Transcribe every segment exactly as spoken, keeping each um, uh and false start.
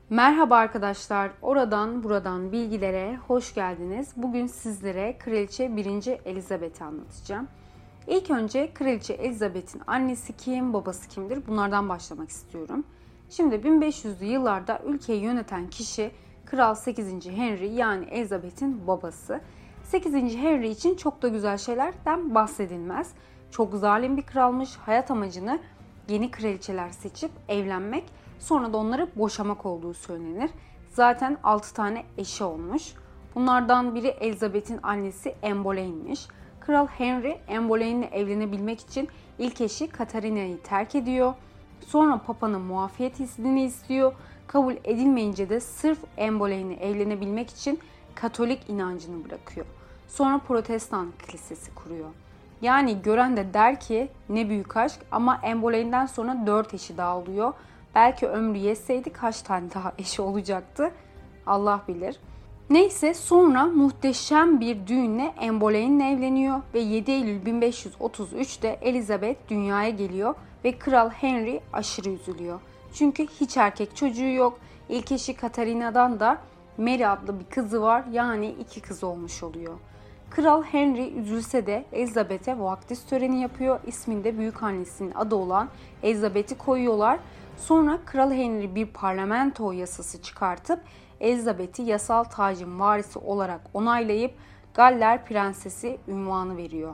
Merhaba arkadaşlar, oradan buradan bilgilere hoş geldiniz. Bugün sizlere Kraliçe birinci. Elizabeth'i anlatacağım. İlk önce Kraliçe Elizabeth'in annesi kim, babası kimdir? Bunlardan başlamak istiyorum. Şimdi bin beş yüzlü yıllarda ülkeyi yöneten kişi Kral sekizinci. Henry yani Elizabeth'in babası. sekizinci. Henry için çok da güzel şeylerden bahsedilmez. Çok zalim bir kralmış, hayat amacını yeni kraliçeler seçip evlenmek, sonra da onları boşamak olduğu söylenir. Zaten altı tane eşi olmuş. Bunlardan biri Elizabeth'in annesi Anne Boleyn'miş. Kral Henry Anne Boleyn'le evlenebilmek için ilk eşi Katharina'yı terk ediyor. Sonra Papa'nın muafiyet iznini istiyor. Kabul edilmeyince de sırf Anne Boleyn'le evlenebilmek için Katolik inancını bırakıyor. Sonra Protestan kilisesi kuruyor. Yani gören de der ki ne büyük aşk, ama Anne Boleyn'den sonra dört eşi daha oluyor. Belki ömrü yetseydi kaç tane daha eşi olacaktı Allah bilir. Neyse, sonra muhteşem bir düğünle Anne Boleyn'le evleniyor ve yedi Eylül bin beş yüz otuz üçte Elizabeth dünyaya geliyor ve Kral Henry aşırı üzülüyor. Çünkü hiç erkek çocuğu yok. İlk eşi Katharina'dan da Mary adlı bir kızı var, yani iki kız olmuş oluyor. Kral Henry üzülse de Elizabeth'e vaftiz töreni yapıyor. İsminde büyükannesinin adı olan Elizabeth'i koyuyorlar. Sonra Kral Henry bir parlamento yasası çıkartıp Elizabeth'i yasal tacın varisi olarak onaylayıp Galler Prensesi unvanı veriyor.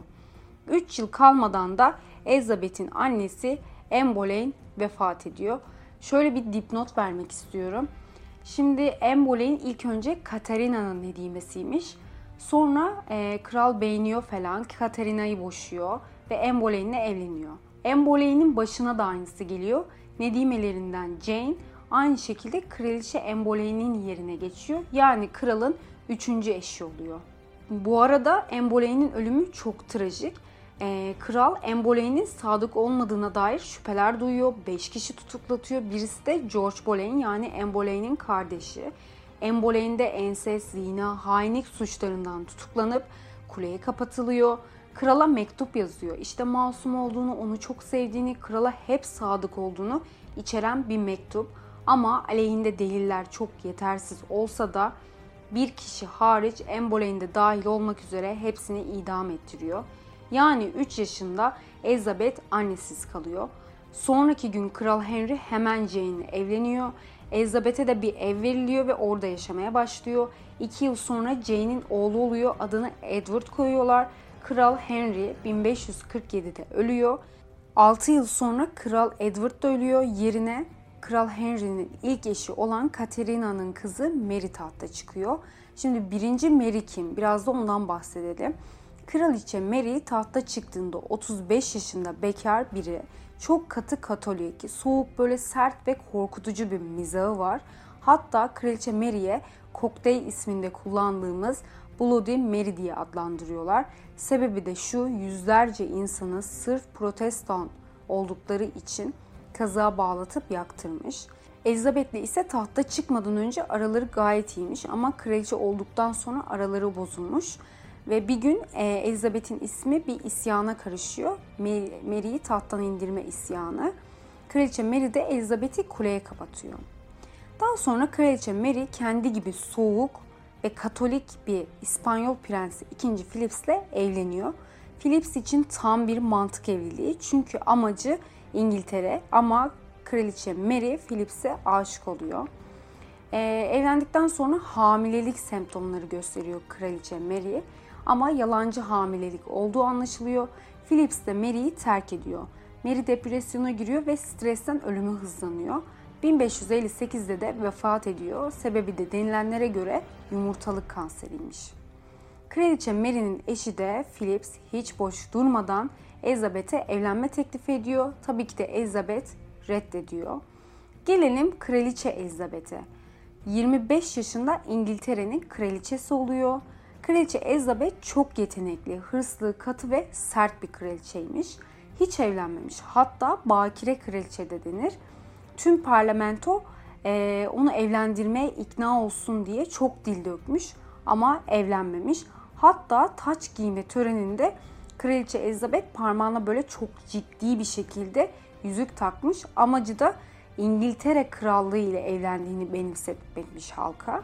üç yıl kalmadan da Elizabeth'in annesi Anne Boleyn vefat ediyor. Şöyle bir dipnot vermek istiyorum. Şimdi Anne Boleyn ilk önce Katharina'nın nedimesiymiş. Sonra e, kral beğeniyor falan, Katharina'yı boşuyor ve Anne Boleyn'le evleniyor. Anne Boleyn'in başına da aynısı geliyor. Nedimelerinden Jane aynı şekilde Kraliçe Anne Boleyn'in yerine geçiyor. Yani kralın üçüncü eşi oluyor. Bu arada Anne Boleyn'in ölümü çok trajik. Ee, kral Anne Boleyn'in sadık olmadığına dair şüpheler duyuyor. beş kişi tutuklatıyor. Birisi de George Boleyn yani Anne Boleyn'in kardeşi. Anne Boleyn de ensest, zina, hainlik suçlarından tutuklanıp kuleye kapatılıyor. Krala mektup yazıyor. İşte masum olduğunu, onu çok sevdiğini, krala hep sadık olduğunu içeren bir mektup. Ama aleyhinde deliller çok yetersiz olsa da bir kişi hariç Anne Boleyn de dahil olmak üzere hepsini idam ettiriyor. Yani üç yaşında Elizabeth annesiz kalıyor. Sonraki gün Kral Henry hemen Jane'le evleniyor. Elizabeth'e de bir ev veriliyor ve orada yaşamaya başlıyor. İki yıl sonra Jane'in oğlu oluyor. Adını Edward koyuyorlar. Kral Henry bin beş yüz kırk yedide ölüyor. altı yıl sonra Kral Edward da ölüyor. Yerine Kral Henry'nin ilk eşi olan Catherine'nin kızı Mary tahta çıkıyor. Şimdi birinci Mary kim? Biraz da ondan bahsedelim. Kraliçe Mary tahta çıktığında otuz beş yaşında bekar biri. Çok katı Katolik, soğuk, böyle sert ve korkutucu bir mizahı var. Hatta Kraliçe Mary'e kokteyl isminde kullandığımız Bloody Mary diye adlandırıyorlar. Sebebi de şu: yüzlerce insanı sırf Protestan oldukları için kazığa bağlatıp yaktırmış. Elizabeth'le ise tahta çıkmadan önce araları gayet iyiymiş ama kraliçe olduktan sonra araları bozulmuş. Ve bir gün Elizabeth'in ismi bir isyana karışıyor. Mary'yi tahttan indirme isyanı. Kraliçe Mary de Elizabeth'i kuleye kapatıyor. Daha sonra Kraliçe Mary kendi gibi soğuk ve Katolik bir İspanyol prensi ikinci. Philips'le evleniyor. Philips için tam bir mantık evliliği. Çünkü amacı İngiltere, ama Kraliçe Mary Philips'e aşık oluyor. Ee, evlendikten sonra hamilelik semptomları gösteriyor Kraliçe Mary. Ama yalancı hamilelik olduğu anlaşılıyor. Philips de Mary'yi terk ediyor. Mary depresyona giriyor ve stresten ölümü hızlanıyor. bin beş yüz elli sekizde de vefat ediyor. Sebebi de denilenlere göre yumurtalık kanseriymiş. Kraliçe Mary'nin eşi de Philips hiç boş durmadan Elizabeth'e evlenme teklifi ediyor. Tabii ki de Elizabeth reddediyor. Gelelim Kraliçe Elizabeth'e. yirmi beş yaşında İngiltere'nin kraliçesi oluyor. Kraliçe Elizabeth çok yetenekli, hırslı, katı ve sert bir kraliçeymiş. Hiç evlenmemiş. Hatta bakire kraliçe de denir. Tüm parlamento e, onu evlendirmeye ikna olsun diye çok dil dökmüş ama evlenmemiş. Hatta taç giyme töreninde Kraliçe Elizabeth parmağına böyle çok ciddi bir şekilde yüzük takmış. Amacı da İngiltere Krallığı ile evlendiğini benimsetmiş halka.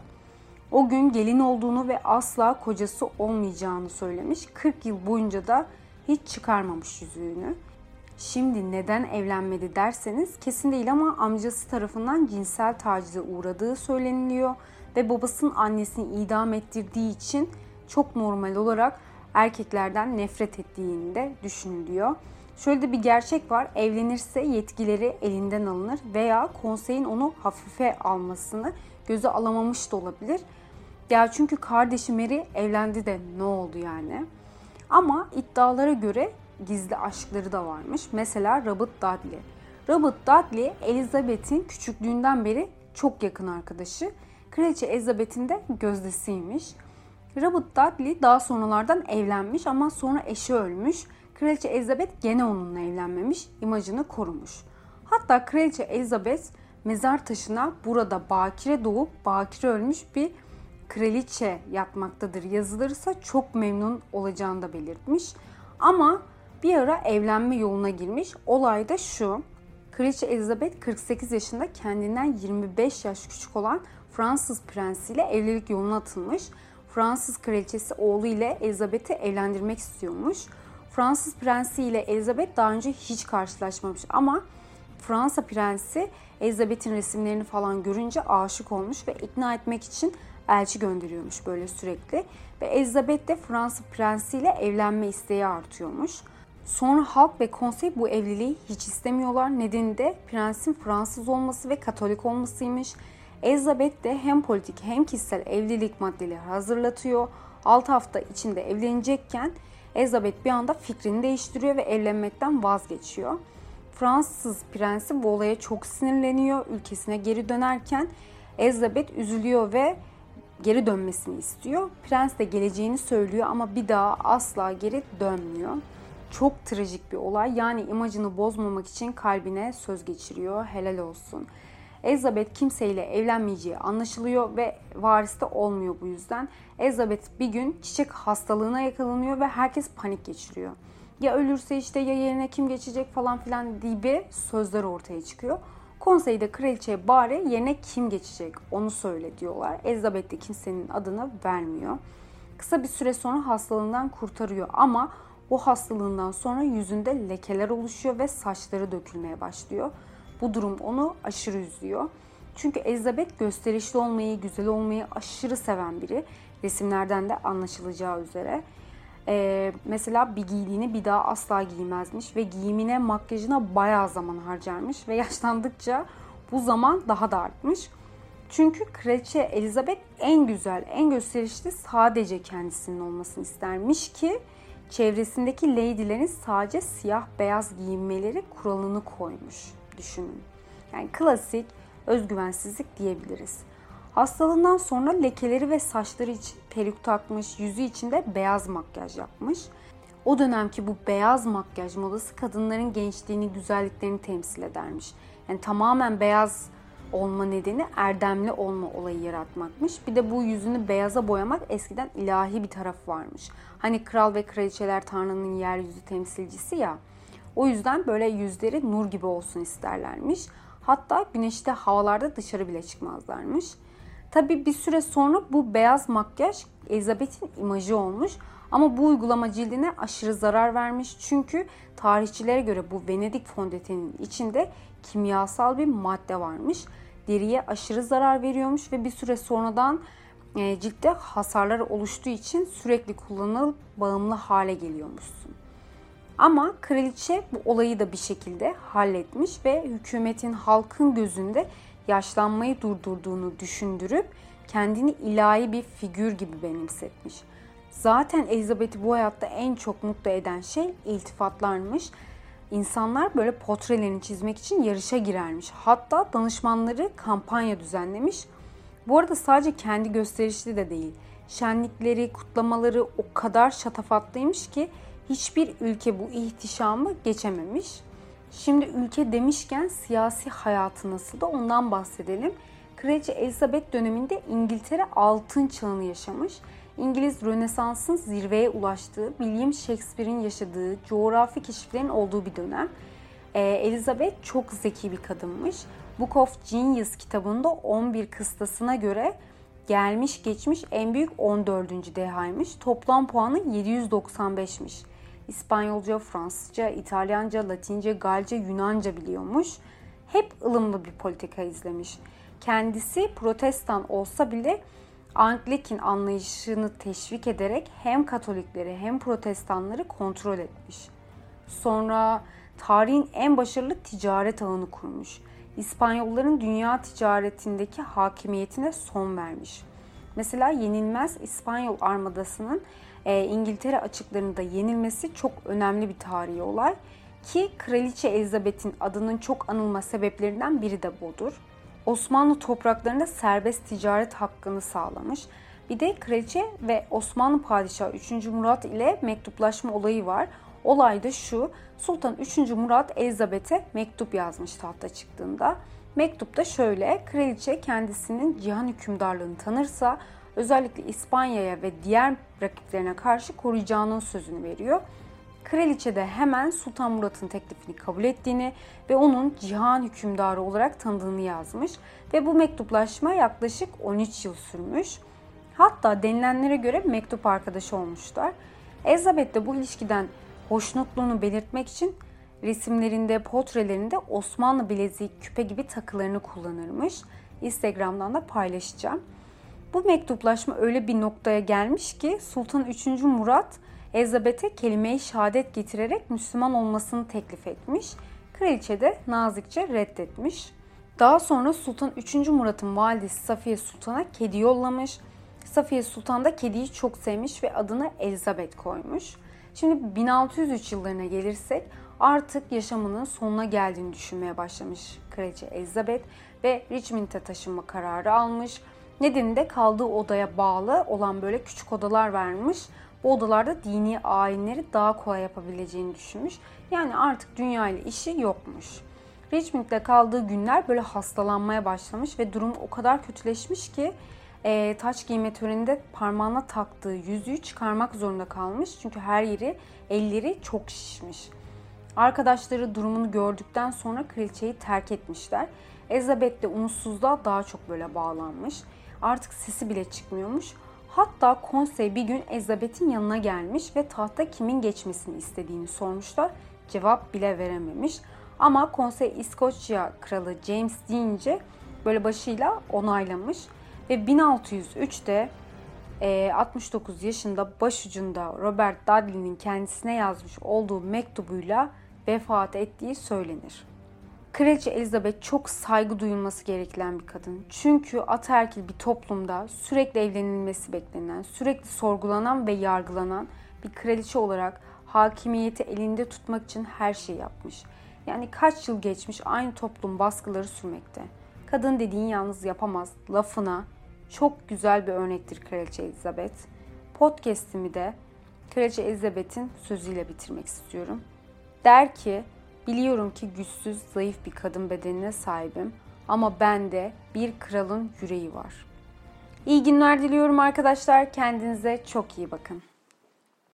O gün gelin olduğunu ve asla kocası olmayacağını söylemiş. kırk yıl boyunca da hiç çıkarmamış yüzüğünü. Şimdi neden evlenmedi derseniz kesin değil ama amcası tarafından cinsel tacize uğradığı söyleniliyor ve babasının annesini idam ettirdiği için çok normal olarak erkeklerden nefret ettiğini de düşünülüyor. Şöyle de bir gerçek var. Evlenirse yetkileri elinden alınır veya konseyin onu hafife almasını göze alamamış da olabilir. Ya çünkü kardeşi Mary evlendi de ne oldu yani? Ama iddialara göre gizli aşkları da varmış. Mesela Robert Dudley. Robert Dudley, Elizabeth'in küçüklüğünden beri çok yakın arkadaşı. Kraliçe Elizabeth'in de gözdesiymiş. Robert Dudley daha sonralardan evlenmiş ama sonra eşi ölmüş. Kraliçe Elizabeth gene onunla evlenmemiş, imajını korumuş. Hatta Kraliçe Elizabeth mezar taşına burada bakire doğup bakire ölmüş bir kraliçe yatmaktadır yazılırsa çok memnun olacağını da belirtmiş. Ama bir ara evlenme yoluna girmiş. Olay da şu: Kraliçe Elizabeth kırk sekiz yaşında kendinden yirmi beş yaş küçük olan Fransız prensiyle evlilik yoluna atılmış. Fransız kraliçesi oğlu ile Elizabeth'i evlendirmek istiyormuş. Fransız prensi ile Elizabeth daha önce hiç karşılaşmamış ama Fransa prensi Elizabeth'in resimlerini falan görünce aşık olmuş ve ikna etmek için elçi gönderiyormuş böyle sürekli. Ve Elizabeth de Fransız prensiyle evlenme isteği artıyormuş. Sonra halk ve konsey bu evliliği hiç istemiyorlar. Nedeni de prensin Fransız olması ve Katolik olmasıymış. Elizabeth de hem politik hem kişisel evlilik maddeleri hazırlatıyor. altı hafta içinde evlenecekken Elizabeth bir anda fikrini değiştiriyor ve evlenmekten vazgeçiyor. Fransız prensi bu olaya çok sinirleniyor. Ülkesine geri dönerken Elizabeth üzülüyor ve geri dönmesini istiyor. Prens de geleceğini söylüyor ama bir daha asla geri dönmüyor. Çok trajik bir olay. Yani imajını bozmamak için kalbine söz geçiriyor. Helal olsun. Elizabeth kimseyle evlenmeyeceği anlaşılıyor ve varis de olmuyor bu yüzden. Elizabeth bir gün çiçek hastalığına yakalanıyor ve herkes panik geçiriyor. Ya ölürse işte ya yerine kim geçecek falan filan gibi sözler ortaya çıkıyor. Konseyde kraliçeye bari yerine kim geçecek onu söyle diyorlar. Elizabeth de kimsenin adını vermiyor. Kısa bir süre sonra hastalığından kurtarıyor ama o hastalığından sonra yüzünde lekeler oluşuyor ve saçları dökülmeye başlıyor. Bu durum onu aşırı üzüyor. Çünkü Elizabeth gösterişli olmayı, güzel olmayı aşırı seven biri. Resimlerden de anlaşılacağı üzere. Ee, mesela bir giydiğini bir daha asla giymezmiş ve giyimine, makyajına bayağı zaman harcarmış ve yaşlandıkça bu zaman daha da artmış. Çünkü Kraliçe Elizabeth en güzel, en gösterişli sadece kendisinin olmasını istermiş ki çevresindeki lady'lerin sadece siyah beyaz giyinmeleri kuralını koymuş. Düşünün. Yani klasik özgüvensizlik diyebiliriz. Hastalığından sonra lekeleri ve saçları için peruk takmış, yüzü için de beyaz makyaj yapmış. O dönemki bu beyaz makyaj modası kadınların gençliğini, güzelliklerini temsil edermiş. Yani tamamen beyaz olma nedeni erdemli olma olayı yaratmakmış. Bir de bu yüzünü beyaza boyamak eskiden ilahi bir taraf varmış. Hani kral ve kraliçeler Tanrı'nın yeryüzü temsilcisi ya. O yüzden böyle yüzleri nur gibi olsun isterlermiş. Hatta güneşte havalarda dışarı bile çıkmazlarmış. Tabii bir süre sonra bu beyaz makyaj Elizabeth'in imajı olmuş. Ama bu uygulama cildine aşırı zarar vermiş. Çünkü tarihçilere göre bu Venedik fondöteninin içinde kimyasal bir madde varmış. Deriye aşırı zarar veriyormuş ve bir süre sonradan e, ciltte hasarlar oluştuğu için sürekli kullanılıp bağımlı hale geliyormuşsun. Ama kraliçe bu olayı da bir şekilde halletmiş ve hükümetin halkın gözünde yaşlanmayı durdurduğunu düşündürüp kendini ilahi bir figür gibi benimsetmiş. Zaten Elizabeth'i bu hayatta en çok mutlu eden şey iltifatlarmış. İnsanlar böyle portrelerini çizmek için yarışa girermiş. Hatta danışmanları kampanya düzenlemiş. Bu arada sadece kendi gösterişli de değil. Şenlikleri, kutlamaları o kadar şatafatlıymış ki hiçbir ülke bu ihtişamı geçememiş. Şimdi ülke demişken siyasi hayatı nasıl da ondan bahsedelim. Kraliçe Elizabeth döneminde İngiltere altın çağını yaşamış. İngiliz Rönesans'ın zirveye ulaştığı, William Shakespeare'in yaşadığı, coğrafi keşiflerin olduğu bir dönem. Ee, Elizabeth çok zeki bir kadınmış. Book of Genius kitabında on bir kıstasına göre gelmiş geçmiş en büyük on dördüncü dehaymış. Toplam puanı yedi yüz doksan beşmiş. İspanyolca, Fransızca, İtalyanca, Latince, Galce, Yunanca biliyormuş. Hep ılımlı bir politika izlemiş. Kendisi Protestan olsa bile Anglikan anlayışını teşvik ederek hem Katolikleri hem Protestanları kontrol etmiş. Sonra tarihin en başarılı ticaret ağını kurmuş. İspanyolların dünya ticaretindeki hakimiyetine son vermiş. Mesela yenilmez İspanyol armadasının e, İngiltere açıklarında yenilmesi çok önemli bir tarihi olay. Ki Kraliçe Elizabeth'in adının çok anılma sebeplerinden biri de budur. Osmanlı topraklarında serbest ticaret hakkını sağlamış. Bir de Kraliçe ve Osmanlı Padişahı üçüncü. Murat ile mektuplaşma olayı var. Olay da şu: Sultan üçüncü. Murat Elizabeth'e mektup yazmış tahta çıktığında. Mektupta şöyle: kraliçe kendisinin cihan hükümdarlığını tanırsa özellikle İspanya'ya ve diğer rakiplerine karşı koruyacağının sözünü veriyor. Kraliçe de hemen Sultan Murat'ın teklifini kabul ettiğini ve onun cihan hükümdarı olarak tanıdığını yazmış. Ve bu mektuplaşma yaklaşık on üç yıl sürmüş. Hatta denilenlere göre mektup arkadaşı olmuşlar. Elizabeth de bu ilişkiden hoşnutluğunu belirtmek için resimlerinde, portrelerinde Osmanlı bileziği, küpe gibi takılarını kullanırmış. Instagram'dan da paylaşacağım. Bu mektuplaşma öyle bir noktaya gelmiş ki Sultan üçüncü. Murat Elizabeth'e kelime-i şehadet getirerek Müslüman olmasını teklif etmiş. Kraliçe de nazikçe reddetmiş. Daha sonra Sultan üçüncü. Murat'ın validesi Safiye Sultan'a kedi yollamış. Safiye Sultan da kediyi çok sevmiş ve adını Elizabeth koymuş. Şimdi bin altı yüz üç yıllarına gelirsek artık yaşamının sonuna geldiğini düşünmeye başlamış Kraliçe Elizabeth ve Richmond'a taşınma kararı almış. Nedeni de kaldığı odaya bağlı olan böyle küçük odalar vermiş. Bu odalarda dini ayinleri daha kolay yapabileceğini düşünmüş. Yani artık dünya ile işi yokmuş. Richmond'da kaldığı günler böyle hastalanmaya başlamış ve durum o kadar kötüleşmiş ki e, taç giyme töreninde parmağına taktığı yüzüğü çıkarmak zorunda kalmış. Çünkü her yeri, elleri çok şişmiş. Arkadaşları durumunu gördükten sonra kraliçeyi terk etmişler. Elizabeth de umutsuzluğa daha çok böyle bağlanmış. Artık sesi bile çıkmıyormuş. Hatta konsey bir gün Elizabeth'in yanına gelmiş ve tahta kimin geçmesini istediğini sormuşlar. Cevap bile verememiş. Ama konsey İskoçya kralı James deyince böyle başıyla onaylamış. Ve bin altı yüz üçte e, altmış dokuz yaşında başucunda Robert Dudley'nin kendisine yazmış olduğu mektubuyla vefat ettiği söylenir. Kraliçe Elizabeth çok saygı duyulması gereken bir kadın. Çünkü ataerkil bir toplumda sürekli evlenilmesi beklenen, sürekli sorgulanan ve yargılanan bir kraliçe olarak hakimiyeti elinde tutmak için her şeyi yapmış. Yani kaç yıl geçmiş aynı toplum baskıları sürmekte. Kadın dediğin yalnız yapamaz lafına çok güzel bir örnektir Kraliçe Elizabeth. Podcast'imi de Kraliçe Elizabeth'in sözüyle bitirmek istiyorum. Der ki, biliyorum ki güçsüz, zayıf bir kadın bedenine sahibim ama bende bir kralın yüreği var. İyi günler diliyorum arkadaşlar. Kendinize çok iyi bakın.